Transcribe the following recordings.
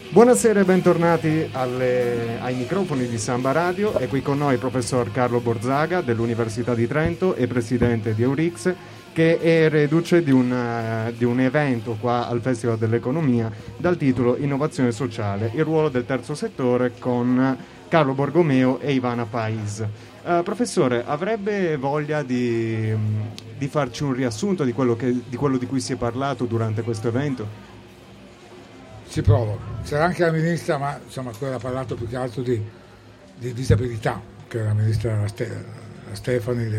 Buonasera e bentornati ai microfoni di Samba Radio. È qui con noi il professor Carlo Borzaga dell'Università di Trento e presidente di Eurix, che è reduce di un evento qua al Festival dell'Economia dal titolo Innovazione sociale, il ruolo del terzo settore, con Carlo Borgomeo e Ivana Pais. Professore, avrebbe voglia di farci un riassunto di quello di cui si è parlato durante questo evento? Ci provo. C'era anche la ministra, ma insomma quella ha parlato più che altro di disabilità, che è la ministra la Stefani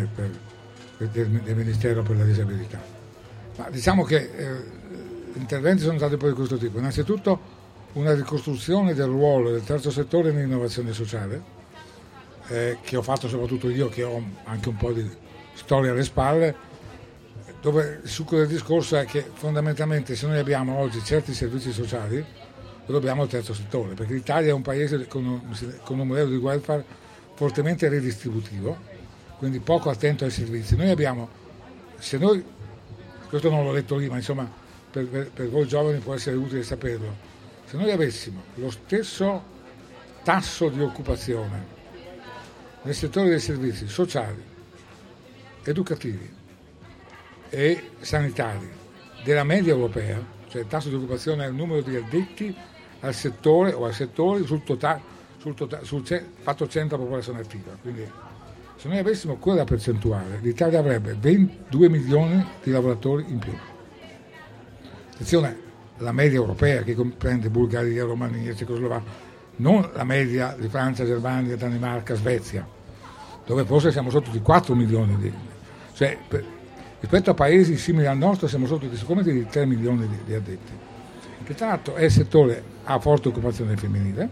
del Ministero per la disabilità. Ma diciamo che gli interventi sono stati poi di questo tipo. Innanzitutto una ricostruzione del ruolo del terzo settore nell'innovazione sociale, che ho fatto soprattutto io, che ho anche un po' di storia alle spalle, dove il succo del discorso è che fondamentalmente se noi abbiamo oggi certi servizi sociali lo dobbiamo al terzo settore, perché l'Italia è un paese con un modello di welfare fortemente redistributivo, quindi poco attento ai servizi. Noi abbiamo, questo non l'ho detto lì, ma insomma per voi giovani può essere utile saperlo, se noi avessimo lo stesso tasso di occupazione nel settore dei servizi sociali, educativi e sanitari della media europea, cioè il tasso di occupazione è il numero di addetti al settore o ai settori sul fatto 100 popolazione attiva. Quindi se noi avessimo quella percentuale, l'Italia avrebbe 22 milioni di lavoratori in più. Attenzione, la media europea che comprende Bulgaria, Romania, Cecoslovacchia, non la media di Francia, Germania, Danimarca, Svezia, dove forse siamo sotto di 4 milioni rispetto a paesi simili al nostro siamo sotto di 3 milioni di addetti, che tra l'altro è il settore a forte occupazione femminile,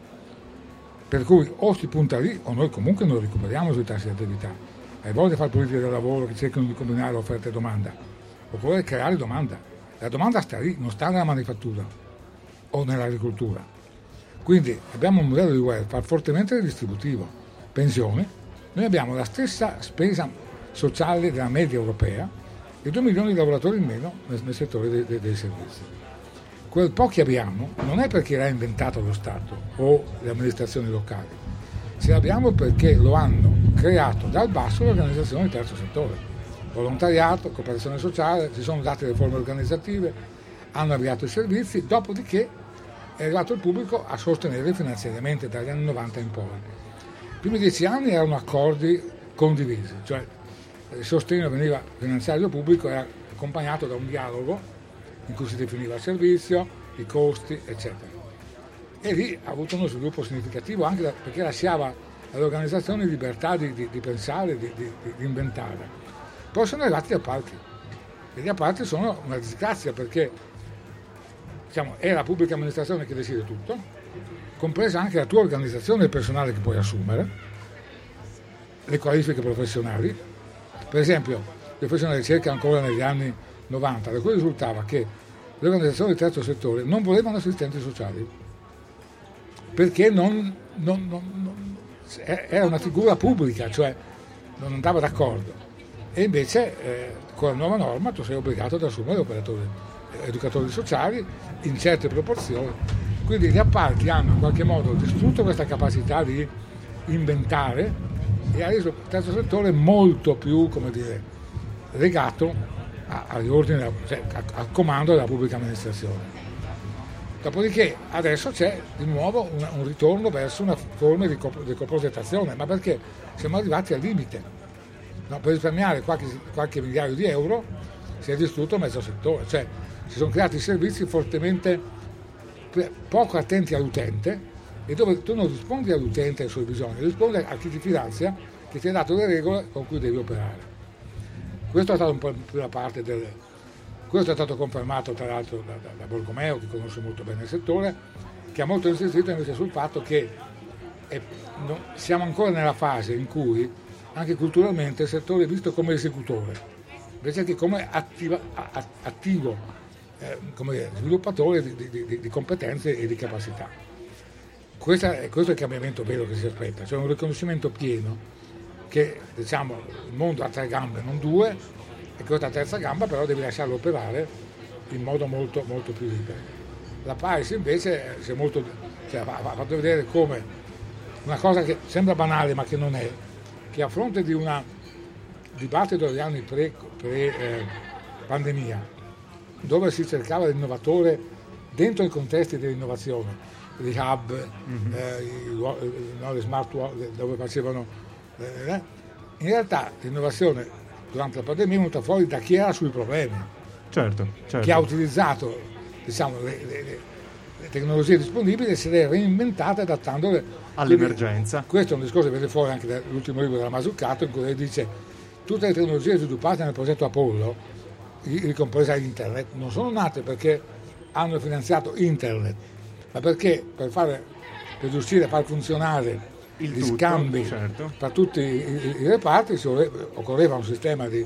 per cui o si punta lì o noi comunque non recuperiamo sui tassi di attività. Hai voglia di fare politiche del lavoro che cercano di combinare offerta e domanda, occorre creare domanda. La domanda sta lì, non sta nella manifattura o nell'agricoltura. Quindi abbiamo un modello di welfare fortemente redistributivo. Pensioni, noi abbiamo la stessa spesa sociale della media europea e 2 milioni di lavoratori in meno nel settore dei servizi. Quel po' che abbiamo non è perché l'ha inventato lo Stato o le amministrazioni locali, ce l'abbiamo perché lo hanno creato dal basso le organizzazioni del terzo settore, volontariato, cooperazione sociale, si sono date le forme organizzative, hanno avviato i servizi, dopodiché è arrivato il pubblico a sostenere finanziariamente dagli anni 90 in poi. I primi 10 anni erano accordi condivisi, cioè il sostegno veniva finanziario pubblico, era accompagnato da un dialogo in cui si definiva il servizio, i costi, eccetera. E lì ha avuto uno sviluppo significativo anche perché lasciava alle organizzazioni libertà di pensare, di inventare. Poi sono arrivati gli appalti, e gli appalti sono una disgrazia perché è la pubblica amministrazione che decide tutto, compresa anche la tua organizzazione e il personale che puoi assumere, le qualifiche professionali. Per esempio, io feci una ricerca ancora negli anni 90, da cui risultava che le organizzazioni del terzo settore non volevano assistenti sociali, perché era una figura pubblica, cioè non andava d'accordo. E invece con la nuova norma tu sei obbligato ad assumere educatori sociali in certe proporzioni. Quindi gli appalti hanno in qualche modo distrutto questa capacità di inventare e ha reso il terzo settore molto più, legato agli ordini, al comando della pubblica amministrazione. Dopodiché adesso c'è di nuovo un ritorno verso una forma di coprogettazione, ma perché siamo arrivati al limite. No, per risparmiare qualche migliaio di euro si è distrutto mezzo settore, cioè si sono creati servizi fortemente poco attenti all'utente, e dove tu non rispondi all'utente e ai suoi bisogni, rispondi a chi ti finanzia, che ti ha dato le regole con cui devi operare. Questo è stato un po' la parte questo è stato confermato tra l'altro da Borgomeo, che conosce molto bene il settore, che ha molto insistito invece sul fatto che siamo ancora nella fase in cui anche culturalmente il settore è visto come esecutore, invece che come attivo sviluppatore di competenze e di capacità. Questo è il cambiamento vero che si aspetta, cioè un riconoscimento pieno che il mondo ha 3 gambe, non 2, e questa terza gamba però devi lasciarlo operare in modo molto, molto più libero. La Paesi invece si è molto, cioè, ha fatto vedere come una cosa che sembra banale ma che non è, che a fronte di un dibattito degli anni pre-pandemia, dove si cercava l'innovatore dentro i contesti dell'innovazione, gli hub, le smart world, dove facevano... in realtà l'innovazione durante la pandemia è venuta fuori da chi era sui problemi, certo. Chi ha utilizzato, diciamo, le tecnologie disponibili e se le è reinventate adattandole all'emergenza. Questo è un discorso che viene fuori anche dall'ultimo libro della Mazzucato, in cui lei dice tutte le tecnologie sviluppate nel progetto Apollo, ricompresa internet, non sono nate perché hanno finanziato internet, ma perché per riuscire a far funzionare gli scambi tra tutti i reparti occorreva un sistema di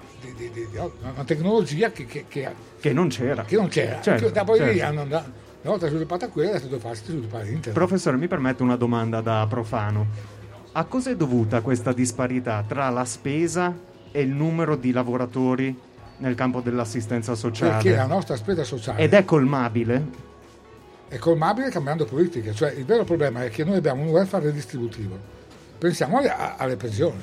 una tecnologia che non c'era. Certo. Poi una volta sviluppata quella è stato facile sviluppare internet. Professore, mi permette una domanda da profano. A cosa è dovuta questa disparità tra la spesa e il numero di lavoratori nel campo dell'assistenza sociale? Perché la nostra spesa sociale... Ed è colmabile? È colmabile cambiando politiche, cioè il vero problema è che noi abbiamo un welfare redistributivo. Pensiamo alle pensioni.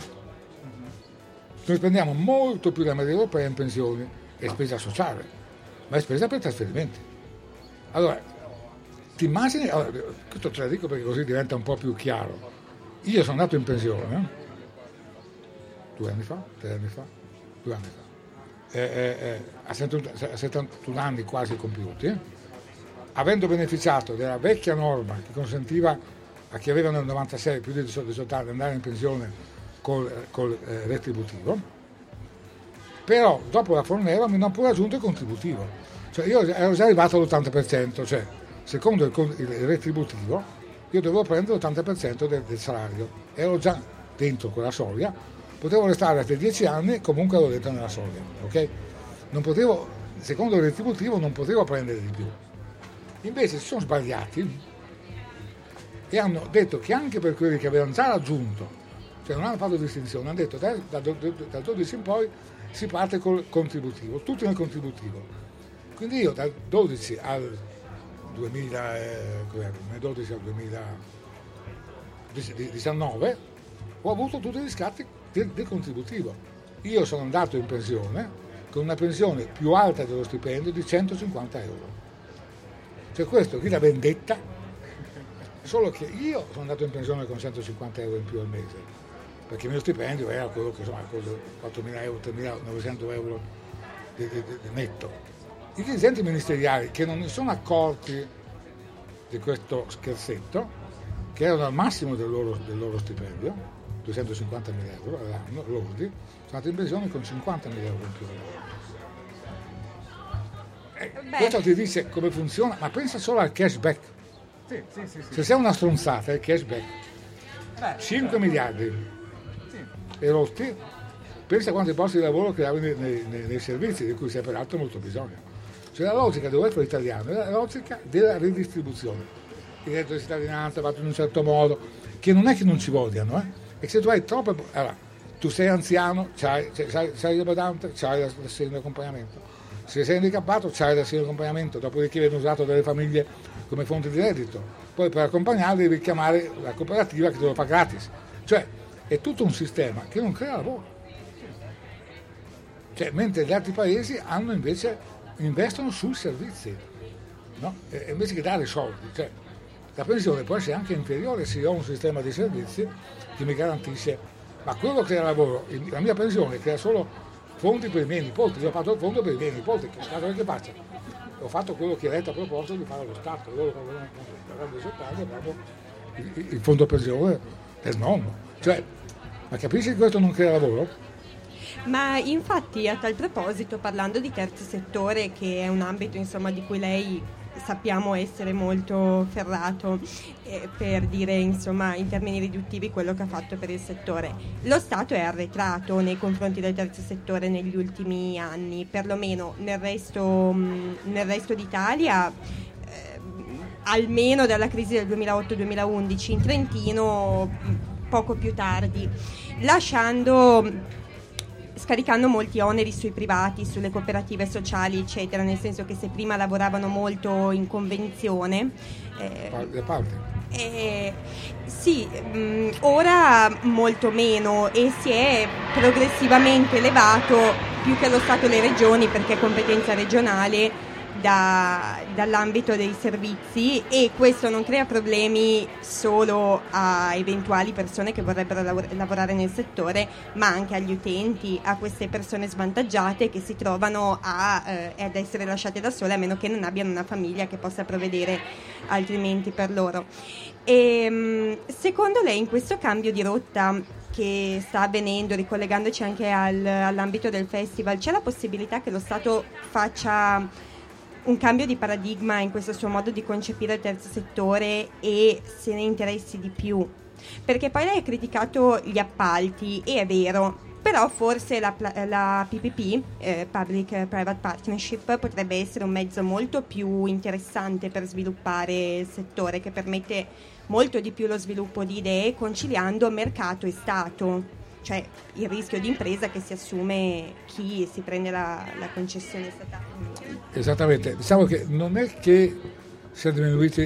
Noi spendiamo molto più della media europea in pensioni e spesa sociale, ma è spesa per trasferimenti. Allora, ti immagini, questo te lo dico perché così diventa un po' più chiaro. Io sono andato in pensione 2 anni fa, 3 anni fa, 2 anni fa, a 71 anni quasi compiuti, avendo beneficiato della vecchia norma che consentiva a chi aveva nel 96 più di 18 anni di andare in pensione col retributivo, però dopo la Fornero mi hanno pure aggiunto il contributivo, cioè io ero già arrivato all'80%, cioè secondo il retributivo io dovevo prendere l'80% del salario, ero già dentro quella soglia, potevo restare per 10 anni, comunque ero dentro nella soglia, ok? Non potevo, secondo il retributivo non potevo prendere di più. Invece si sono sbagliati e hanno detto che anche per quelli che avevano già raggiunto, cioè non hanno fatto distinzione, hanno detto dal 12 in poi si parte col contributivo, tutti nel contributivo. Quindi io dal 12 al 2019 ho avuto tutti gli scatti del contributivo. Io sono andato in pensione con una pensione più alta dello stipendio di 150 euro. Cioè questo qui la vendetta, solo che io sono andato in pensione con 150 euro in più al mese, perché il mio stipendio era quello che insomma 4.000 euro, 3.900 euro di netto. I dirigenti ministeriali che non ne sono accorti di questo scherzetto, che erano al massimo del loro stipendio, 250.000 euro all'anno, lordi, sono andati in pensione con 50.000 euro in più all'anno. Questo ti dice come funziona, ma pensa solo al cashback. Sì. Se sei una stronzata, il cashback. 5 miliardi e rotti, pensa a quanti posti di lavoro creavi nei servizi, di cui si ha peraltro molto bisogno. Cioè la logica del welfare italiano è la logica della ridistribuzione. Il reddito di cittadinanza fatto in un certo modo, che non è che non ci vogliano, è che se tu hai troppe... Allora, tu sei anziano, sei il badante, c'hai l'assegno di accompagnamento. Se sei handicappato, c'hai l'assegno di accompagnamento, dopodiché viene usato dalle famiglie come fonte di reddito. Poi per accompagnarli devi chiamare la cooperativa che te lo fa gratis. Cioè, è tutto un sistema che non crea lavoro. Cioè, mentre gli altri paesi hanno invece investono sui servizi, no? E invece che dare soldi, cioè la pensione può essere anche inferiore se io ho un sistema di servizi che mi garantisce, ma quello crea lavoro, la mia pensione crea solo fondi per i miei nipoti, io ho fatto il fondo per i miei nipoti, che faccio? Ho fatto quello che Letta ha proposto di fare allo Stato, loro avranno 18 anni abbiamo il fondo pensione del nonno, cioè, ma capisci che questo non crea lavoro? Ma infatti a tal proposito, parlando di terzo settore, che è un ambito insomma di cui lei sappiamo essere molto ferrato, per dire insomma in termini riduttivi quello che ha fatto per il settore, lo Stato è arretrato nei confronti del terzo settore negli ultimi anni, perlomeno nel resto d'Italia, almeno dalla crisi del 2008-2011, in Trentino poco più tardi, lasciando scaricando molti oneri sui privati, sulle cooperative sociali, eccetera, nel senso che se prima lavoravano molto in convenzione, le parti. sì, ora molto meno, e si è progressivamente elevato più che lo Stato e le regioni, perché è competenza regionale, dall'ambito dei servizi, e questo non crea problemi solo a eventuali persone che vorrebbero lavorare nel settore, ma anche agli utenti, a queste persone svantaggiate che si trovano ad essere lasciate da sole, a meno che non abbiano una famiglia che possa provvedere altrimenti per loro. E secondo lei, in questo cambio di rotta che sta avvenendo, ricollegandoci anche all'ambito del festival, c'è la possibilità che lo Stato faccia un cambio di paradigma in questo suo modo di concepire il terzo settore e se ne interessi di più? Perché poi lei ha criticato gli appalti, e è vero, però forse la PPP, Public Private Partnership, potrebbe essere un mezzo molto più interessante per sviluppare il settore, che permette molto di più lo sviluppo di idee, conciliando mercato e Stato, cioè il rischio di impresa che si assume chi si prende la concessione statale. Esattamente, diciamo che non è che siano diminuiti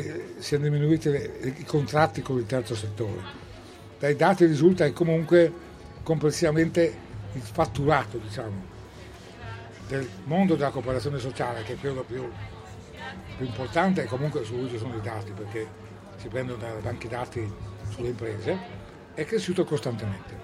i contratti con il terzo settore. Dai dati risulta che comunque complessivamente il fatturato, diciamo, del mondo della cooperazione sociale, che è quello più importante, e comunque su cui ci sono i dati, perché si prendono dalle banche dati sulle imprese, è cresciuto costantemente.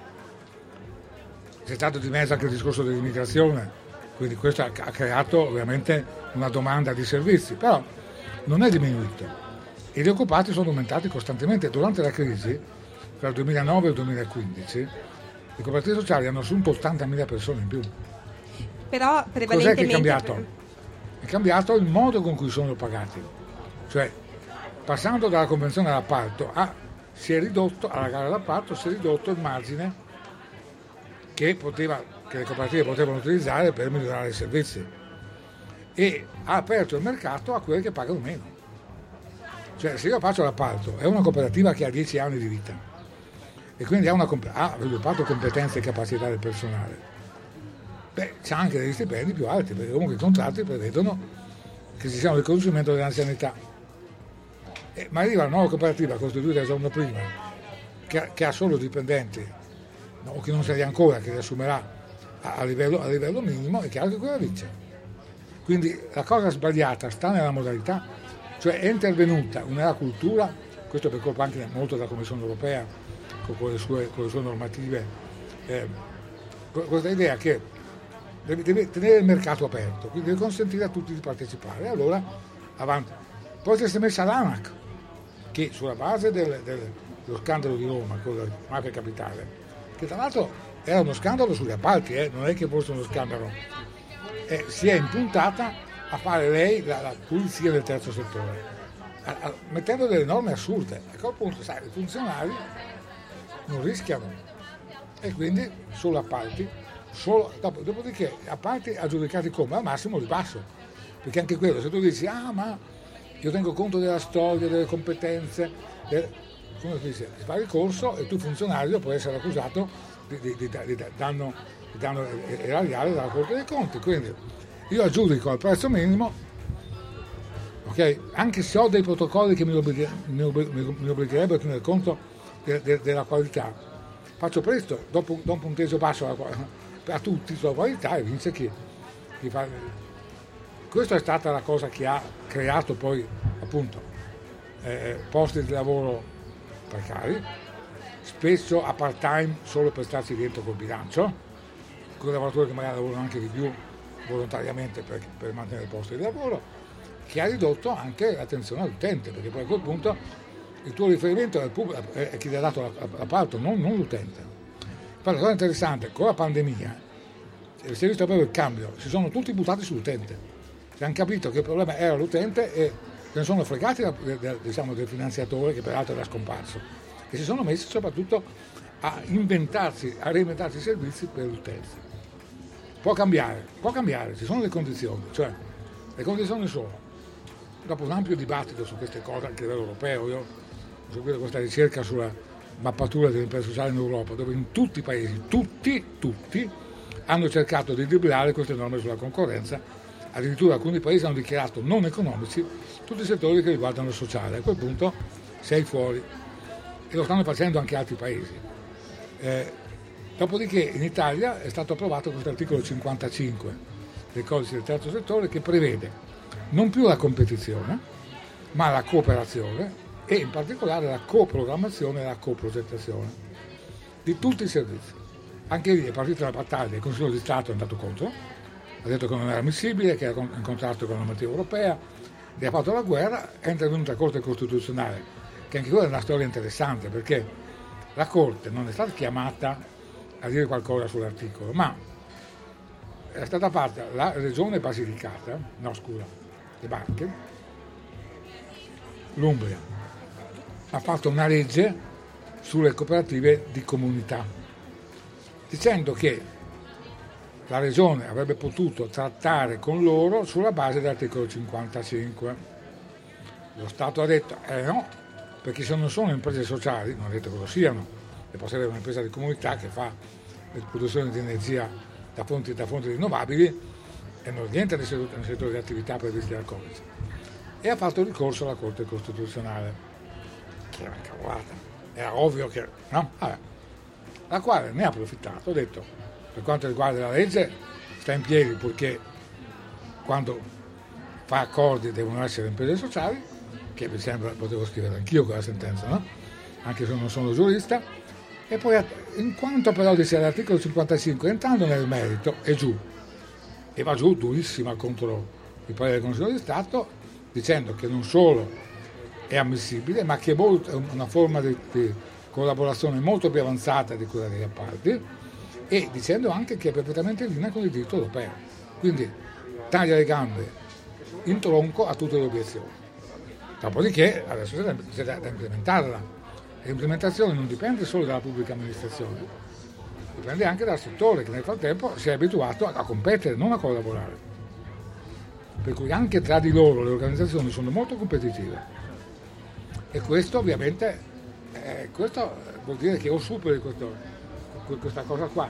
C'è stato di mezzo anche il discorso dell'immigrazione, quindi questo ha creato ovviamente una domanda di servizi, però non è diminuito e gli occupati sono aumentati costantemente. Durante la crisi, tra il 2009 e il 2015, le cooperative sociali hanno assunto 80.000 persone in più. Però prevalentemente... Cos'è che è cambiato? È cambiato il modo con cui sono pagati, cioè passando dalla convenzione all'appalto alla gara d'appalto si è ridotto il margine che le cooperative potevano utilizzare per migliorare i servizi, e ha aperto il mercato a quelli che pagano meno. Cioè, se io faccio l'appalto, è una cooperativa che ha 10 anni di vita e quindi ha sviluppato competenze e capacità del personale, c'ha anche degli stipendi più alti, perché comunque i contratti prevedono che ci sia un riconoscimento dell'anzianità. Ma arriva una nuova cooperativa costituita il giorno prima, che ha solo dipendenti, o che non sa ancora, che li assumerà a livello minimo, è chiaro che quella vince. Quindi la cosa sbagliata sta nella modalità, cioè è intervenuta nella cultura, questo per colpa anche molto della Commissione europea con le sue normative, questa idea che deve tenere il mercato aperto, quindi deve consentire a tutti di partecipare, e allora avanti. Poi si è messa l'ANAC, che sulla base dello scandalo di Roma con la mafia capitale, che tra l'altro era uno scandalo sugli appalti, non è che fosse uno scandalo, si è impuntata a fare lei la pulizia del terzo settore, mettendo delle norme assurde. A quel punto, sai, i funzionari non rischiano, e quindi solo appalti, dopodiché appalti aggiudicati come? Al massimo ribasso, perché anche quello, se tu dici ma io tengo conto della storia, delle competenze, come si dice, si fa ricorso e tu funzionario puoi essere accusato di danno erariale dalla Corte dei Conti. Quindi io aggiudico al prezzo minimo, ok, anche se ho dei protocolli che mi obbligherebbero a tenere conto della qualità, faccio presto, dopo un punteggio basso a tutti sulla qualità, e vince chi fa. Questa è stata la cosa che ha creato poi appunto posti di lavoro precari, spesso a part time solo per starci dentro col bilancio, con lavoratori che magari lavorano anche di più volontariamente per mantenere il posto di lavoro, che ha ridotto anche l'attenzione all'utente, perché poi a quel punto il tuo riferimento è chi ti ha dato l'appalto, non l'utente. Poi la cosa interessante, con la pandemia si è visto proprio il cambio, si sono tutti buttati sull'utente, si hanno capito che il problema era l'utente e se ne sono fregati del finanziatore, che peraltro era scomparso, e si sono messi soprattutto a reinventarsi i servizi per l'utenza. Può cambiare, ci sono le condizioni, cioè le condizioni sono, dopo un ampio dibattito su queste cose anche a livello europeo, io ho seguito questa ricerca sulla mappatura delle imprese sociali in Europa, dove in tutti i paesi, tutti, hanno cercato di dribblare queste norme sulla concorrenza. Addirittura alcuni paesi hanno dichiarato non economici tutti i settori che riguardano il sociale. A quel punto sei fuori, e lo stanno facendo anche altri paesi. Dopodiché in Italia è stato approvato questo articolo 55 del codice del terzo settore, che prevede non più la competizione ma la cooperazione, e in particolare la coprogrammazione e la coprogettazione di tutti i servizi. Anche lì è partita la battaglia, il Consiglio di Stato è andato contro, ha detto che non era ammissibile, che era in contrasto con la normativa europea, e ha fatto la guerra. È intervenuta la Corte Costituzionale, che anche quella è una storia interessante, perché la Corte non è stata chiamata a dire qualcosa sull'articolo, ma è stata fatta la regione Basilicata, le Marche, l'Umbria, ha fatto una legge sulle cooperative di comunità, dicendo che la regione avrebbe potuto trattare con loro sulla base dell'articolo 55. Lo Stato ha detto no, perché se non sono imprese sociali, non ha detto che lo siano, e può essere un'impresa di comunità che fa la produzione di energia da fonti rinnovabili, e non rientra nel settore di attività previste dal codice. E ha fatto ricorso alla Corte Costituzionale, che era una cavolata, era ovvio che no? La quale ne ha approfittato, ha detto: per quanto riguarda la legge sta in piedi, perché quando fa accordi devono essere imprese sociali, che mi sembra, potevo scrivere anch'io quella sentenza, no? Anche se non sono giurista. E poi, in quanto però dice l'articolo 55, entrando nel merito, è giù, e va giù durissima contro il parere del Consiglio di Stato, dicendo che non solo è ammissibile, ma che è una forma di collaborazione molto più avanzata di quella degli appalti, e dicendo anche che è perfettamente in linea con il diritto europeo. Quindi taglia le gambe in tronco a tutte le obiezioni. Dopodiché adesso c'è da implementarla. L'implementazione non dipende solo dalla pubblica amministrazione, dipende anche dal settore, che nel frattempo si è abituato a competere, non a collaborare. Per cui anche tra di loro le organizzazioni sono molto competitive, e questo ovviamente questo vuol dire che o superi questa cosa qua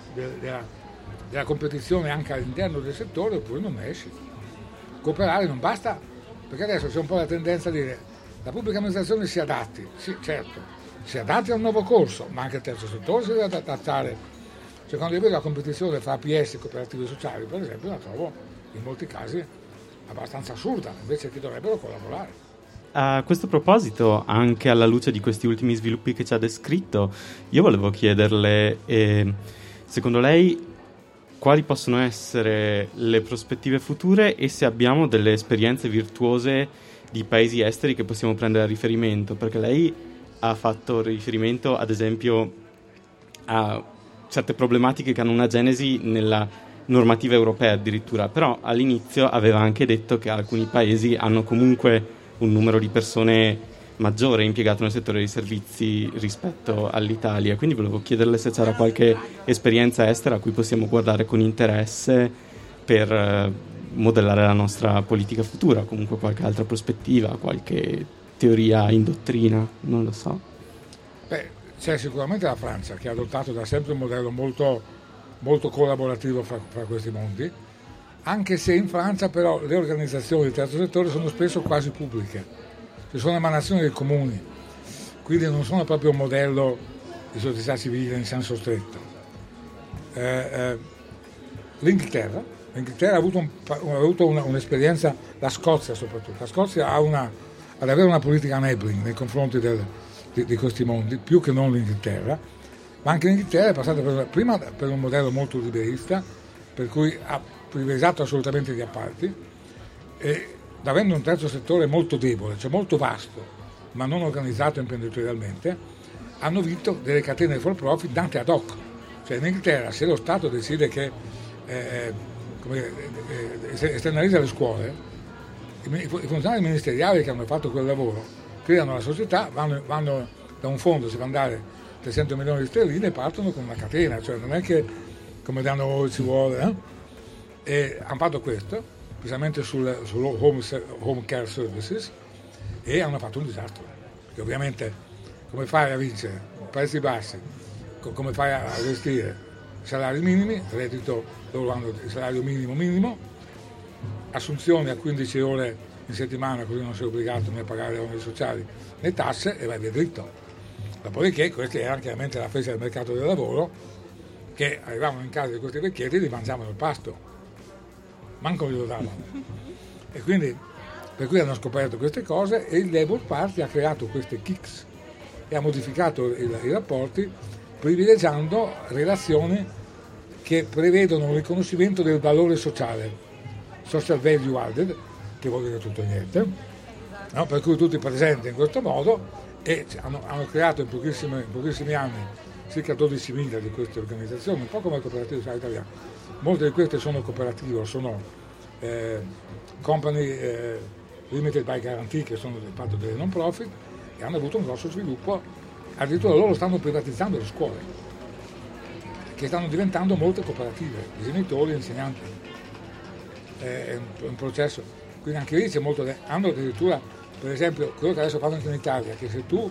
della competizione anche all'interno del settore, oppure non ne esci. Cooperare non basta, perché adesso c'è un po' la tendenza a dire: la pubblica amministrazione si adatti, sì, certo, si adatti a un nuovo corso, ma anche il terzo settore si deve adattare. Cioè, quando io vedo la competizione fra APS e cooperative sociali, per esempio, la trovo in molti casi abbastanza assurda, invece che dovrebbero collaborare. A questo proposito, anche alla luce di questi ultimi sviluppi che ci ha descritto, io volevo chiederle, secondo lei, quali possono essere le prospettive future, e se abbiamo delle esperienze virtuose di paesi esteri che possiamo prendere a riferimento, perché lei ha fatto riferimento ad esempio a certe problematiche che hanno una genesi nella normativa europea addirittura, però all'inizio aveva anche detto che alcuni paesi hanno comunque un numero di persone maggiore impiegato nel settore dei servizi rispetto all'Italia, quindi volevo chiederle se c'era qualche esperienza estera a cui possiamo guardare con interesse per modellare la nostra politica futura, comunque qualche altra prospettiva, qualche teoria in dottrina, non lo so. C'è sicuramente la Francia, che ha adottato da sempre un modello molto, molto collaborativo fra questi mondi, anche se in Francia però le organizzazioni del terzo settore sono spesso quasi pubbliche, ci sono emanazioni dei comuni, quindi non sono proprio un modello di società civile in senso stretto. L'Inghilterra ha avuto un'esperienza, la Scozia soprattutto. La Scozia ad avere una politica enabling nei confronti di questi mondi, più che non l'Inghilterra, ma anche l'Inghilterra è passata prima per un modello molto liberista, per cui ha privilegiato assolutamente gli appalti, e avendo un terzo settore molto debole, cioè molto vasto, ma non organizzato imprenditorialmente, hanno vinto delle catene for profit date ad hoc. Cioè in Inghilterra, se lo Stato decide che esternalizza le scuole, i funzionari ministeriali che hanno fatto quel lavoro creano la società, vanno da un fondo, si fa andare 300 milioni di sterline e partono con una catena, cioè non è che come da noi ci vuole, e hanno fatto questo precisamente sul home care services, e hanno fatto un disastro, che ovviamente come fai a vincere prezzi bassi, come fai a gestire salari minimi, reddito, loro hanno il salario minimo, assunzioni a 15 ore in settimana, così non sei obbligato né a pagare le oneri sociali né tasse e vai via dritto. Dopodiché questa era chiaramente la festa del mercato del lavoro, che arrivavano in casa di questi vecchietti e li mangiavano il pasto, manco glielo davano. E quindi per cui hanno scoperto queste cose e il Labour Party ha creato queste KICS e ha modificato i rapporti privilegiando relazioni che prevedono un riconoscimento del valore sociale, social value added, che vuol dire tutto e niente, no? Per cui tutti presenti in questo modo e hanno creato in pochissimi anni circa 12.000 di queste organizzazioni, un po' come le cooperative sociali italiane. Molte di queste sono cooperative, sono company limited by guarantee, che sono del fatto delle non profit, e hanno avuto un grosso sviluppo. Addirittura loro stanno privatizzando le scuole, che stanno diventando molte cooperative, i genitori, gli insegnanti. È un processo. Quindi anche lì c'è molto. Hanno addirittura, per esempio, quello che adesso fanno anche in Italia, che se tu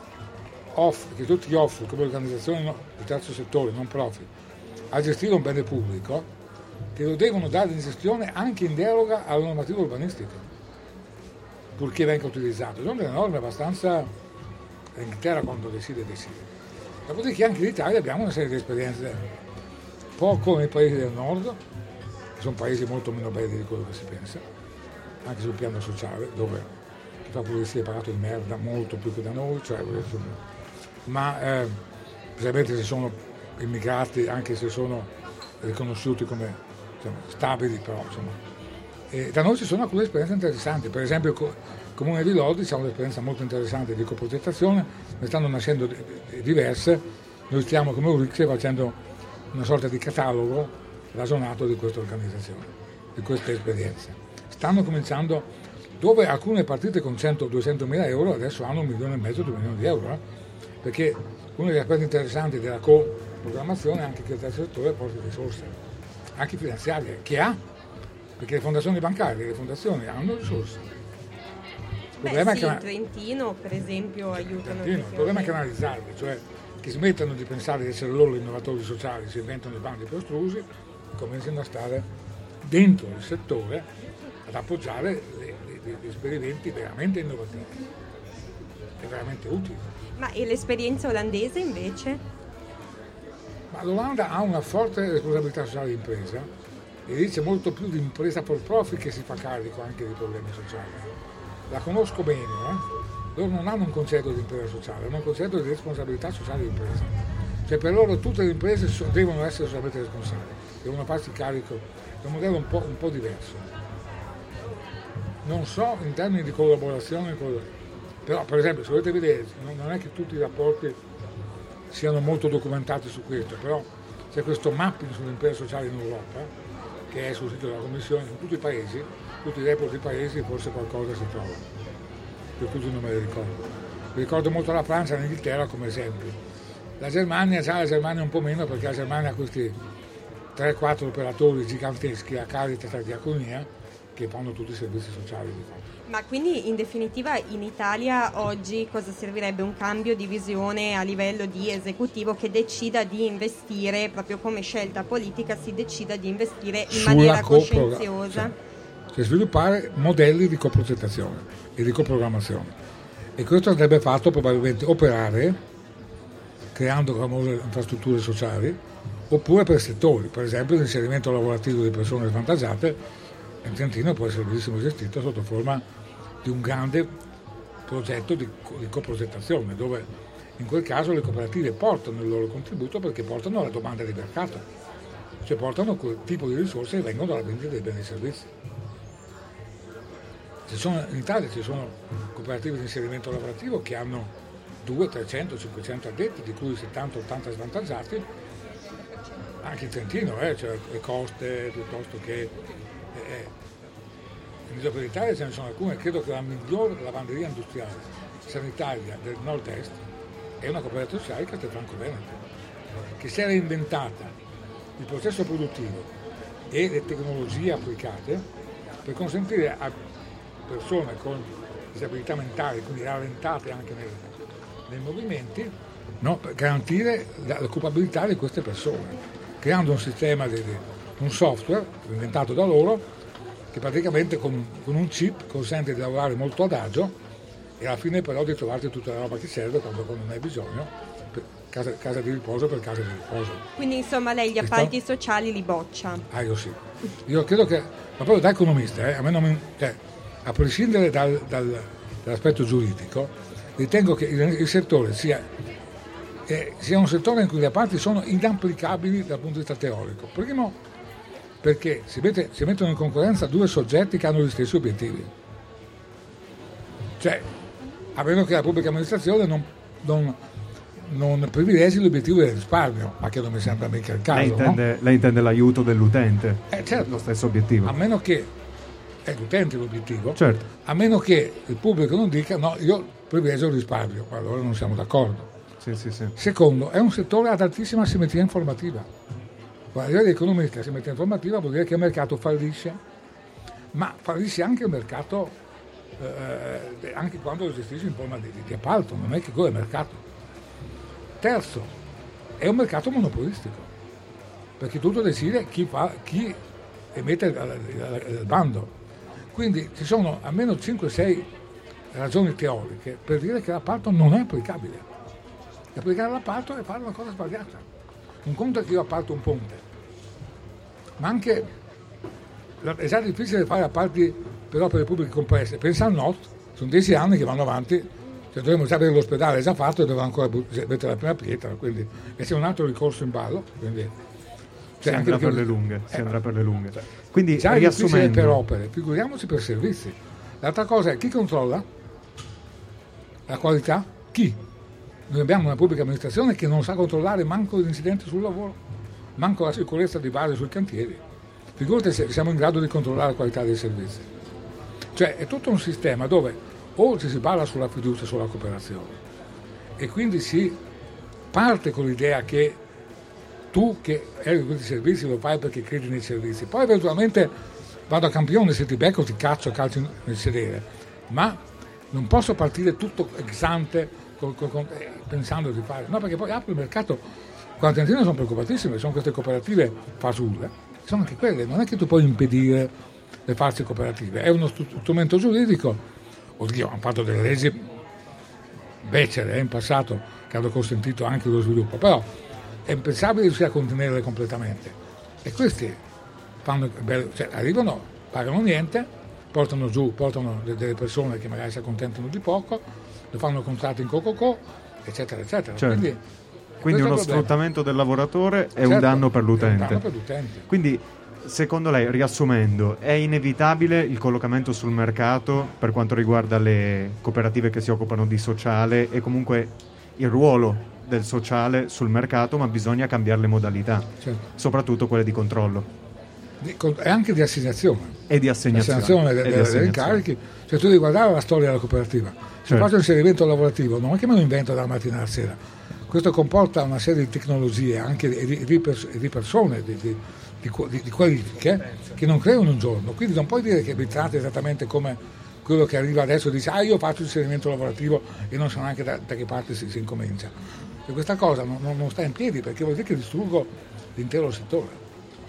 ti offri come organizzazione del terzo settore, non profit, a gestire un bene pubblico, te lo devono dare in gestione anche in deroga alla normativa urbanistica, purché venga utilizzato. Sono delle norme abbastanza. L'Inghilterra quando decide. Dopodiché anche in Italia abbiamo una serie di esperienze, poco nei paesi del nord, che sono paesi molto meno belli di quello che si pensa, anche sul piano sociale, dove chi fa pulizia è pagato di merda molto più che da noi, ma specialmente se sono immigrati, anche se sono riconosciuti come stabili, però e da noi ci sono alcune esperienze interessanti, per esempio il Comune di Lodi c'è un'esperienza molto interessante di coprogettazione, ne stanno nascendo diverse, noi stiamo come URIX facendo una sorta di catalogo ragionato di queste organizzazioni, di queste esperienze. Stanno cominciando, dove alcune partite con 100-200 mila euro adesso hanno 1,5 milioni, 2 milioni di euro, perché uno degli aspetti interessanti della co-programmazione è anche che il terzo settore porti risorse, anche finanziarie, che ha, perché le fondazioni bancarie, le fondazioni hanno risorse. Il Trentino per esempio aiutano. Il problema è canalizzarli, cioè che smettano di pensare di essere loro innovatori sociali, si inventano i bandi più astrusi, cominciano a stare dentro il settore ad appoggiare gli esperimenti veramente innovativi e veramente utili. Ma e l'esperienza olandese invece? Ma l'Olanda ha una forte responsabilità sociale di impresa e dice molto più di impresa for profit che si fa carico anche dei problemi sociali. La conosco bene, loro non hanno un concetto di impresa sociale, hanno un concetto di responsabilità sociale di impresa. Cioè per loro tutte le imprese devono essere socialmente responsabili, devono farsi carico, è un modello un po' diverso. Non so in termini di collaborazione, però per esempio se volete vedere, non è che tutti i rapporti siano molto documentati su questo, però c'è questo mapping sulle imprese sociali in Europa, che è sul sito della Commissione, in tutti i paesi, tutti i report dei paesi, forse qualcosa si trova, per tutti non me li ricordo. Mi ricordo molto la Francia e l'Inghilterra come esempio. La Germania un po' meno, perché la Germania ha questi 3-4 operatori giganteschi, a Caritas e Diaconia, che fanno tutti i servizi sociali di fatto. Ma quindi in definitiva in Italia oggi cosa servirebbe? Un cambio di visione a livello di esecutivo che decida di investire, proprio come scelta politica si decida di investire in maniera coscienziosa. Cioè sviluppare modelli di coprogettazione e di coprogrammazione. E questo andrebbe fatto probabilmente operare, creando famose infrastrutture sociali, oppure per settori, per esempio l'inserimento lavorativo di persone svantaggiate. In Trentino può essere benissimo gestito sotto forma di un grande progetto di coprogettazione, dove in quel caso le cooperative portano il loro contributo perché portano la domanda di mercato, cioè portano quel tipo di risorse che vengono dalla vendita dei beni e servizi. In Italia ci sono cooperative di inserimento lavorativo che hanno 200, 300, 500 addetti, di cui 70-80 svantaggiati, anche in Trentino, cioè le coste piuttosto che... In giro per l'Italia ce ne sono alcune, credo che la miglior lavanderia industriale sanitaria del nord-est è una cooperativa sociale, Castelfranco Veneto, che si è reinventata il processo produttivo e le tecnologie applicate per consentire a persone con disabilità mentali, quindi rallentate anche nei movimenti, per garantire l'occupabilità di queste persone. creando un sistema, un software inventato da loro, che praticamente con un chip consente di lavorare molto ad agio e alla fine però di trovarti tutta la roba che serve quando ne hai bisogno, per casa di riposo per casa di riposo. Quindi insomma lei gli appalti sociali li boccia? Io sì. Io credo che, ma proprio da economista, a me non a prescindere dall'aspetto giuridico, ritengo che il settore sia un settore in cui le appalti sono inapplicabili dal punto di vista teorico. Primo, perché si mettono in concorrenza due soggetti che hanno gli stessi obiettivi. Cioè, a meno che la pubblica amministrazione non privilegi l'obiettivo del risparmio, ma che non mi sembra mica il caso. Lei intende l'aiuto dell'utente, certo, lo stesso obiettivo. A meno che è l'utente l'obiettivo, certo. A meno che il pubblico non dica no, io privilegio il risparmio, allora non siamo d'accordo. Sì. Secondo, è un settore ad altissima simmetria informativa. Quando arriva l'economista simmetria informativa vuol dire che il mercato fallisce, ma fallisce anche il mercato anche quando lo gestisce in forma di appalto, non è che quello è mercato. Terzo, è un mercato monopolistico, perché tutto decide chi emette il bando. Quindi ci sono almeno 5-6 ragioni teoriche per dire che l'appalto non è applicabile. Applicare l'appalto è fare una cosa sbagliata. Un conto è che io appalto un ponte, ma anche è già difficile fare appalti per opere pubbliche complesse. Pensa al Nord, sono 10 anni che vanno avanti, cioè dovremmo già avere l'ospedale già fatto e dovremmo ancora mettere la prima pietra, quindi e c'è un altro ricorso in ballo. Quindi, si andrà per le lunghe. Quindi già è difficile riassumendo, per opere, figuriamoci per servizi. L'altra cosa è chi controlla la qualità? Chi? Noi abbiamo una pubblica amministrazione che non sa controllare manco gli incidenti sul lavoro, manco la sicurezza di base sui cantieri. Figurate se siamo in grado di controllare la qualità dei servizi. Cioè è tutto un sistema dove o ci si basa sulla fiducia, sulla cooperazione, e quindi si parte con l'idea che tu che hai questi servizi lo fai perché credi nei servizi, poi eventualmente vado a campione, se ti becco ti calcio nel sedere, ma non posso partire tutto ex ante pensando di fare, no, perché poi apro il mercato. Quante aziende sono preoccupatissime, sono queste cooperative fasulle, sono anche quelle, non è che tu puoi impedire le false cooperative, è uno strumento giuridico. Oddio, hanno fatto delle leggi becere in passato che hanno consentito anche lo sviluppo, però è impensabile riuscire a contenerle completamente, e questi arrivano, pagano niente, portano delle persone che magari si accontentano di poco, lo fanno contratti in co, eccetera, eccetera. Certo. Quindi uno sfruttamento del lavoratore è un danno per l'utente. Quindi, secondo lei, riassumendo, è inevitabile il collocamento sul mercato per quanto riguarda le cooperative che si occupano di sociale e comunque il ruolo del sociale sul mercato, ma bisogna cambiare le modalità, certo, soprattutto quelle di controllo. E anche di assegnazione. E di assegnazione. Degli incarichi. Cioè tu devi guardare la storia della cooperativa. Se faccio inserimento lavorativo, non è che me lo invento dalla mattina alla sera. Questo comporta una serie di tecnologie, anche di persone, di qualifiche, che non creano in un giorno. Quindi non puoi dire che mi tratti esattamente come quello che arriva adesso e dice io faccio inserimento lavorativo e non so neanche da che parte si incomincia. E questa cosa non sta in piedi, perché vuol dire che distruggo l'intero settore.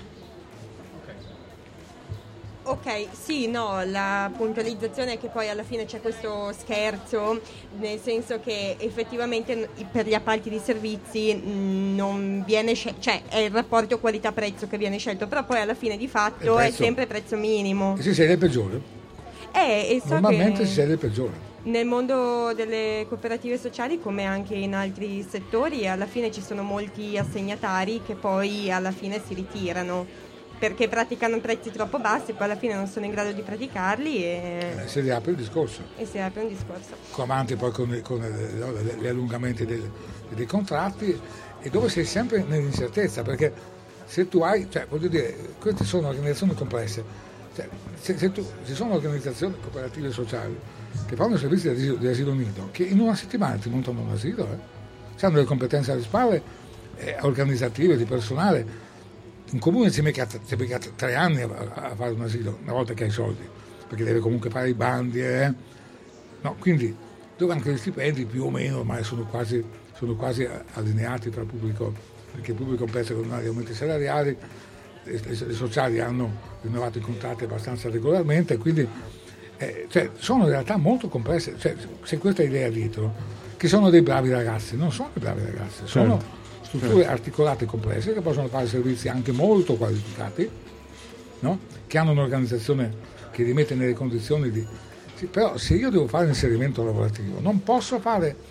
Ok, sì, no, la puntualizzazione è che poi alla fine c'è questo scherzo, nel senso che effettivamente per gli appalti di servizi non viene cioè è il rapporto qualità-prezzo che viene scelto, però poi alla fine di fatto è sempre prezzo minimo. E si sceglie il peggiore? Normalmente si sceglie il peggiore. Nel mondo delle cooperative sociali, come anche in altri settori, alla fine ci sono molti assegnatari che poi alla fine si ritirano perché praticano prezzi troppo bassi e poi alla fine non sono in grado di praticarli e si riapre il discorso. Avanti poi con gli allungamenti dei contratti, e dove sei sempre nell'incertezza, perché se tu hai, cioè voglio dire, queste sono organizzazioni complesse, cioè, ci sono organizzazioni cooperative sociali che fanno servizi di asilo nido, che in una settimana ti montano un asilo, hanno delle competenze alle spalle, organizzative, di personale. Un comune ci mica 3 anni a fare un asilo, una volta che hai soldi, perché deve comunque fare i bandi, No, quindi dove anche gli stipendi più o meno ormai sono quasi allineati tra pubblico perché il pubblico pensa che non ha gli aumenti salariali, le sociali hanno rinnovato i contratti abbastanza regolarmente, quindi sono in realtà molto complesse, c'è questa idea dietro, che sono dei bravi ragazzi, non sono dei bravi ragazzi, sono strutture articolate e complesse che possono fare servizi anche molto qualificati, no? Che hanno un'organizzazione che li mette nelle condizioni di... Sì, però se io devo fare inserimento lavorativo non posso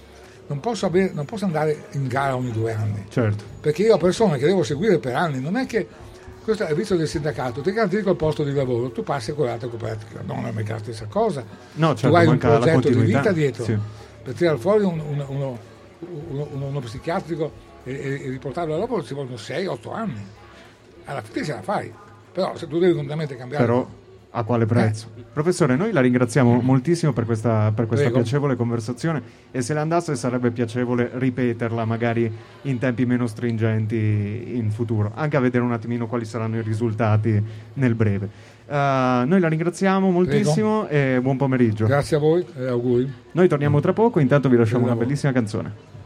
andare in gara ogni 2 anni, perché io ho persone che devo seguire per anni, non è che questo è il vizio del sindacato, ti garantisco il posto di lavoro, tu passi con l'altra cooperativa, non è mica la stessa cosa, no, tu hai un progetto di vita dietro, per tirare fuori uno psichiatrico e riportarlo al lavoro ci vogliono 6-8 anni, alla fine ce la fai, però se tu devi completamente cambiare... Però a quale prezzo? Professore, noi la ringraziamo moltissimo per questa piacevole conversazione, e se le andasse sarebbe piacevole ripeterla magari in tempi meno stringenti in futuro, anche a vedere un attimino quali saranno i risultati nel breve. Noi la ringraziamo moltissimo. E buon pomeriggio. Grazie a voi e auguri. Noi torniamo tra poco, intanto vi lasciamo una bellissima canzone.